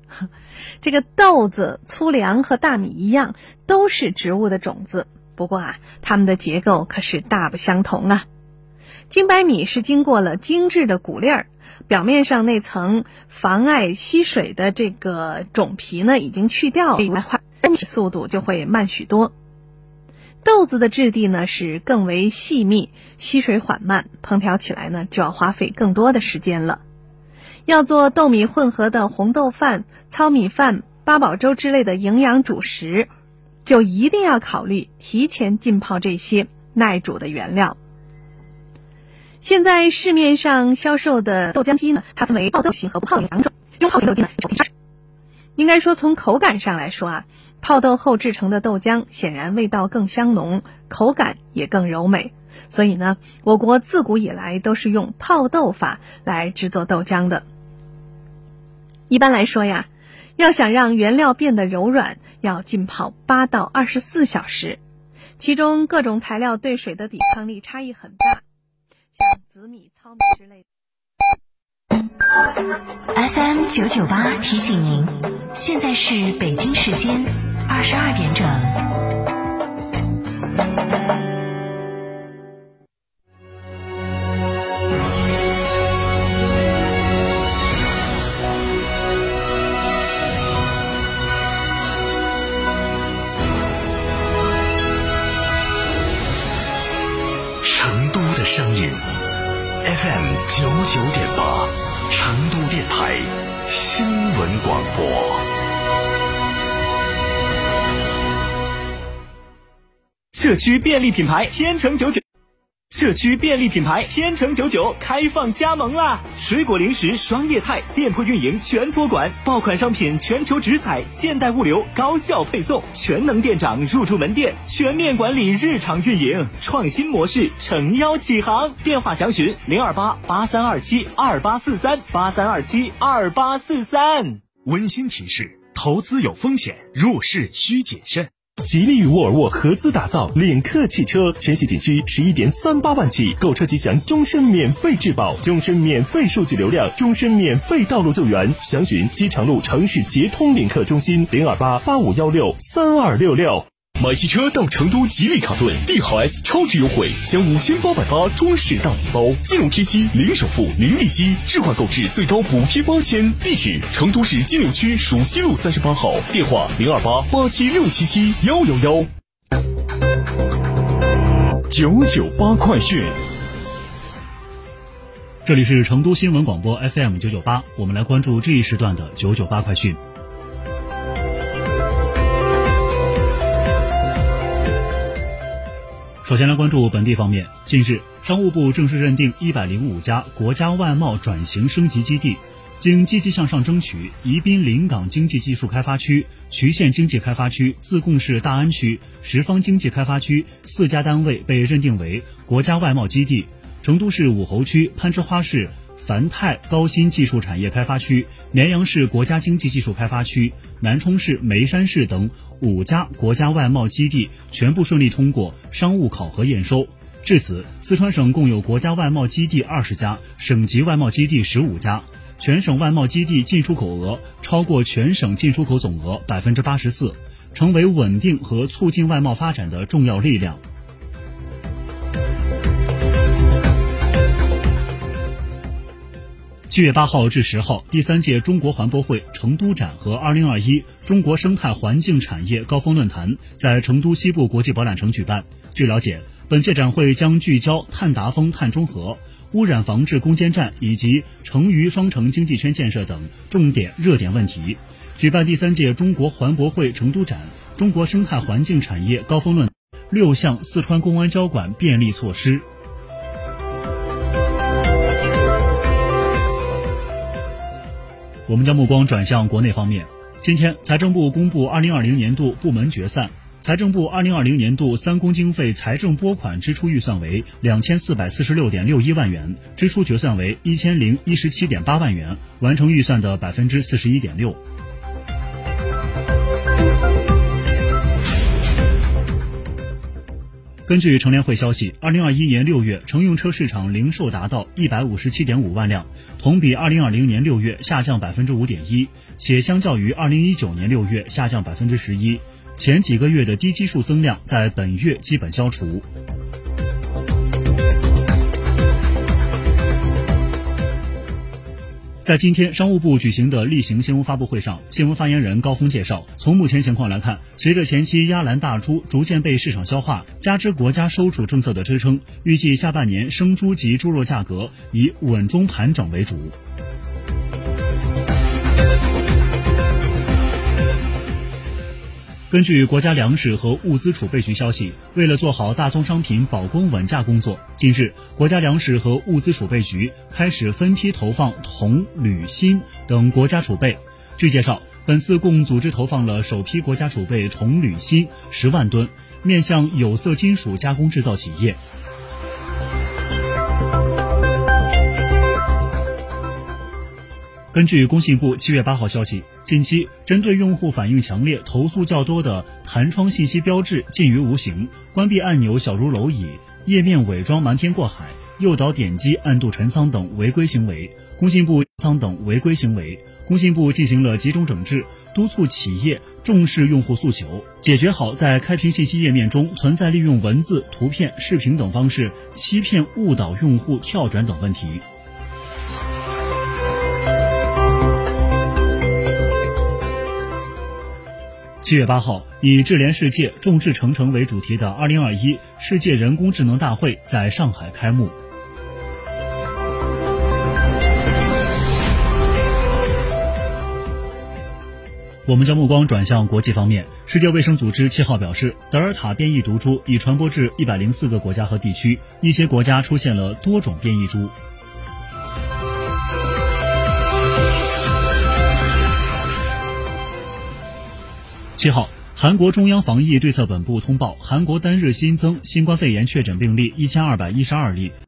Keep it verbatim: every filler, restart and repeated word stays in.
这个豆子、粗粮和大米一样，都是植物的种子，不过啊，它们的结构可是大不相同啊。精白米是经过了精致的谷粒儿，表面上那层妨碍吸水的这个种皮呢已经去掉了，速度就会慢许多。豆子的质地呢是更为细密，吸水缓慢，烹调起来呢就要花费更多的时间了。要做豆米混合的红豆饭、糙米饭、八宝粥之类的营养主食，就一定要考虑提前浸泡这些耐煮的原料。现在市面上销售的豆浆机呢，它分为泡豆型和不泡两种。用泡型豆机呢，应该说从口感上来说啊，泡豆后制成的豆浆显然味道更香浓，口感也更柔美。所以呢，我国自古以来都是用泡豆法来制作豆浆的。一般来说呀，要想让原料变得柔软，要浸泡八到二十四小时，其中各种材料对水的抵抗力差异很大。像紫米、糙米之类的。F M 九九八提醒您，现在是北京时间二十二点整。 成都的声音 F M 九九点八，成都电台新闻广播。 社区便利品牌天成九九，社区便利品牌天成九九开放加盟啦！水果零食双业态，店铺运营全托管，爆款商品全球直采，现代物流，高效配送，全能店长入驻门店，全面管理日常运营，创新模式诚邀启航。电话详询零二八八三二七二八四三八三二七二八四三。 温馨提示：投资有风险，入市需谨慎。 吉利与沃尔沃合资打造领克汽车，全系仅需十一点三八万起，购车即享终身免费质保、终身免费数据流量、终身免费道路救援。详询机场路城市捷通领克中心零二八八五幺六三二六六。买汽车到成都吉利卡顿，帝豪 S 超值优惠，享五千八百八中式大礼包，金融贴息，零首付，零利息，置换购置最高补贴八千。地址：成都市金柳区蜀西路三十八号，电话零二八八七六七七幺幺幺。九九八快讯， 这里是成都新闻广播 F M 九九八，我们来关注这一时段的九九八快讯。首先来关注本地方面，近日，商务部正式认定一百零五家国家外贸转型升级基地，经积极向上争取，宜宾临港经济技术开发区、渠县经济开发区、自贡市大安区、什邡经济开发区四家单位被认定为国家外贸基地。成都市武侯区、攀枝花市繁泰高新技术产业开发区、绵阳市国家经济技术开发区、南充市眉山市等五家国家外贸基地全部顺利通过商务考核验收。至此，四川省共有国家外贸基地二十家，省级外贸基地十五家，全省外贸基地进出口额超过全省进出口总额百分之八十四，成为稳定和促进外贸发展的重要力量。七月八号至十号，第三届中国环博会成都展和二零二一中国生态环境产业高峰论坛在成都西部国际博览城举办。据了解，本届展会将聚焦碳达峰、碳中和、污染防治攻坚战以及成渝双城经济圈建设等重点热点问题。举办第三届中国环博会成都展、中国生态环境产业高峰论坛六项四川公安交管便利措施。我们将目光转向国内方面。今天，财政部公布二零二零年度部门决散。财政部二零二零年度三公经费财政拨款支出预算为两千四百四十六点六一万元，支出决算为一千零一十七点八万元，完成预算的百分之四十一点六。 根据乘联会消息，二零二一年六月乘用车市场零售达到一百五十七点五万辆，同比二零二零年六月下降百分之五点一，且相较于二零一九年六月下降百分之十一。前几个月的低基数增量在本月基本消除。在今天商务部举行的例行新闻发布会上，新闻发言人高峰介绍，从目前情况来看，随着前期压栏大猪逐渐被市场消化，加之国家收储政策的支撑，预计下半年生猪及猪肉价格以稳中盘整为主。根据国家粮食和物资储备局消息，为了做好大宗商品保供稳价工作，近日国家粮食和物资储备局开始分批投放铜、铝、锌等国家储备。据介绍，本次共组织投放了首批国家储备铜、铝、锌十万吨，面向有色金属加工制造企业。根据工信部七月八号消息，近期针对用户反映强烈、投诉较多的弹窗信息标志近于无形、关闭按钮小如蝼蚁、页面伪装瞒天过海、诱导点击暗度陈仓等违规行为，工信部仓等违规行为，工信部进行了集中整治，督促企业重视用户诉求，解决好在开屏信息页面中存在利用文字、图片、视频等方式欺骗、误导用户跳转等问题。七月八号，以智联世界众志成城为主题的二零二一世界人工智能大会在上海开幕。我们将目光转向国际方面，世界卫生组织七号表示，德尔塔变异毒株已传播至一百零四个国家和地区，一些国家出现了多种变异株。七号，韩国中央防疫对策本部通报，韩国单日新增新冠肺炎确诊病例一千二百一十二例，